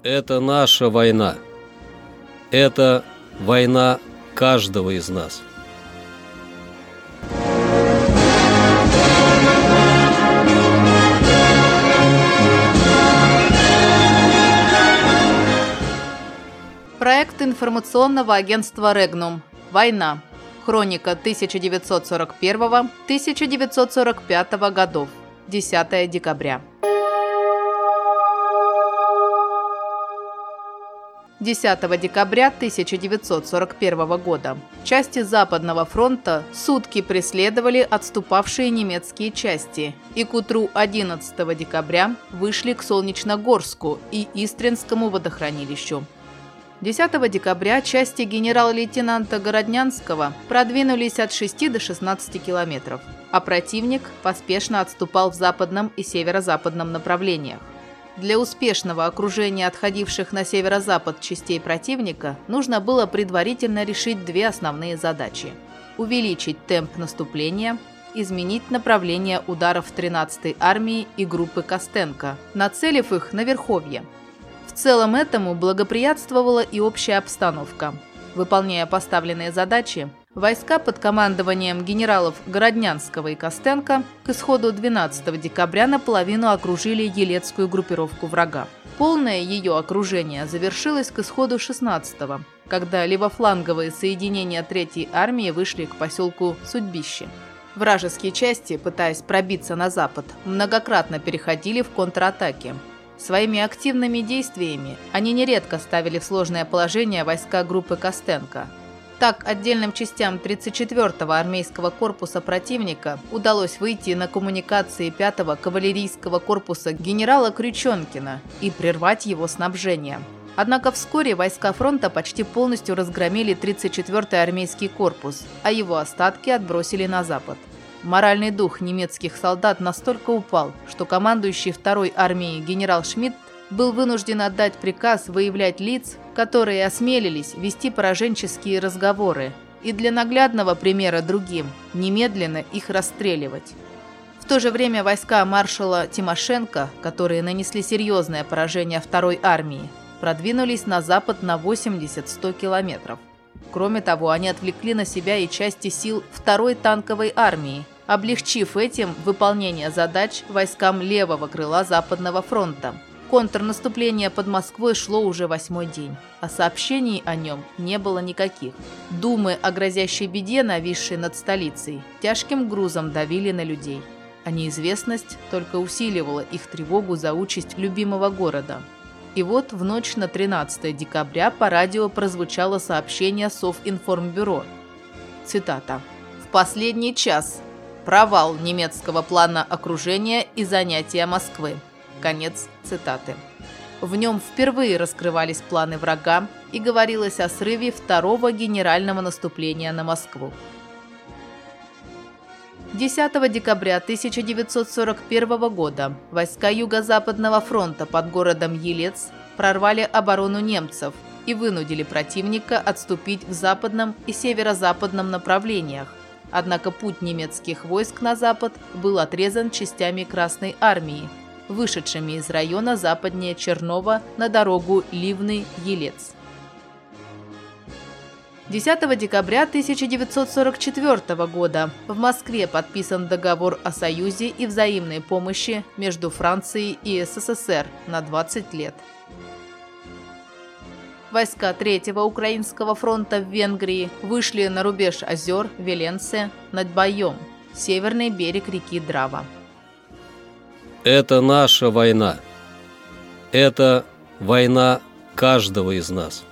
Это наша война. Это война каждого из нас. Проект информационного агентства «Регнум. Война. Хроника 1941-1945 годов. 10 декабря. 10 декабря 1941 года части Западного фронта сутки преследовали отступавшие немецкие части и к утру 11 декабря вышли к Солнечногорску и Истринскому водохранилищу. 10 декабря части генерал-лейтенанта Городнянского продвинулись от 6 до 16 километров, а противник поспешно отступал в западном и северо-западном направлениях. Для успешного окружения отходивших на северо-запад частей противника нужно было предварительно решить две основные задачи – увеличить темп наступления, изменить направление ударов 13-й армии и группы Костенко, нацелив их на Верховье. В целом этому благоприятствовала и общая обстановка. Выполняя поставленные задачи, войска под командованием генералов Городнянского и Костенко к исходу 12 декабря наполовину окружили елецкую группировку врага. Полное ее окружение завершилось к исходу 16-го, когда левофланговые соединения 3-й армии вышли к поселку Судьбище. Вражеские части, пытаясь пробиться на запад, многократно переходили в контратаки. Своими активными действиями они нередко ставили в сложное положение войска группы Костенко. Так, отдельным частям 34-го армейского корпуса противника удалось выйти на коммуникации 5-го кавалерийского корпуса генерала Крюченкина и прервать его снабжение. Однако вскоре войска фронта почти полностью разгромили 34-й армейский корпус, а его остатки отбросили на запад. Моральный дух немецких солдат настолько упал, что командующий 2-й армией генерал Шмидт был вынужден отдать приказ выявлять лиц, которые осмелились вести пораженческие разговоры, и для наглядного примера другим немедленно их расстреливать. В то же время войска маршала Тимошенко, которые нанесли серьезное поражение 2-й армии, продвинулись на запад на 80-100 километров. Кроме того, они отвлекли на себя и части сил 2-й танковой армии, облегчив этим выполнение задач войскам левого крыла Западного фронта. Контрнаступление под Москвой шло уже 8-й день, а сообщений о нем не было никаких. Думы о грозящей беде, нависшей над столицей, тяжким грузом давили на людей, а неизвестность только усиливала их тревогу за участь любимого города. И вот в ночь на 13 декабря по радио прозвучало сообщение Совинформбюро. Цитата. «В последний час. Провал немецкого плана окружения и занятия Москвы». Конец цитаты. В нем впервые раскрывались планы врага и говорилось о срыве 2-го генерального наступления на Москву. 10 декабря 1941 года войска Юго-Западного фронта под городом Елец прорвали оборону немцев и вынудили противника отступить в западном и северо-западном направлениях. Однако путь немецких войск на запад был отрезан частями Красной армии, вышедшими из района западнее Чернова на дорогу Ливны-Елец. 10 декабря 1944 года в Москве подписан договор о союзе и взаимной помощи между Францией и СССР на 20 лет. Войска 3-го Украинского фронта в Венгрии вышли на рубеж озер Веленце над Байом, северный берег реки Драва. Это наша война. Это война каждого из нас.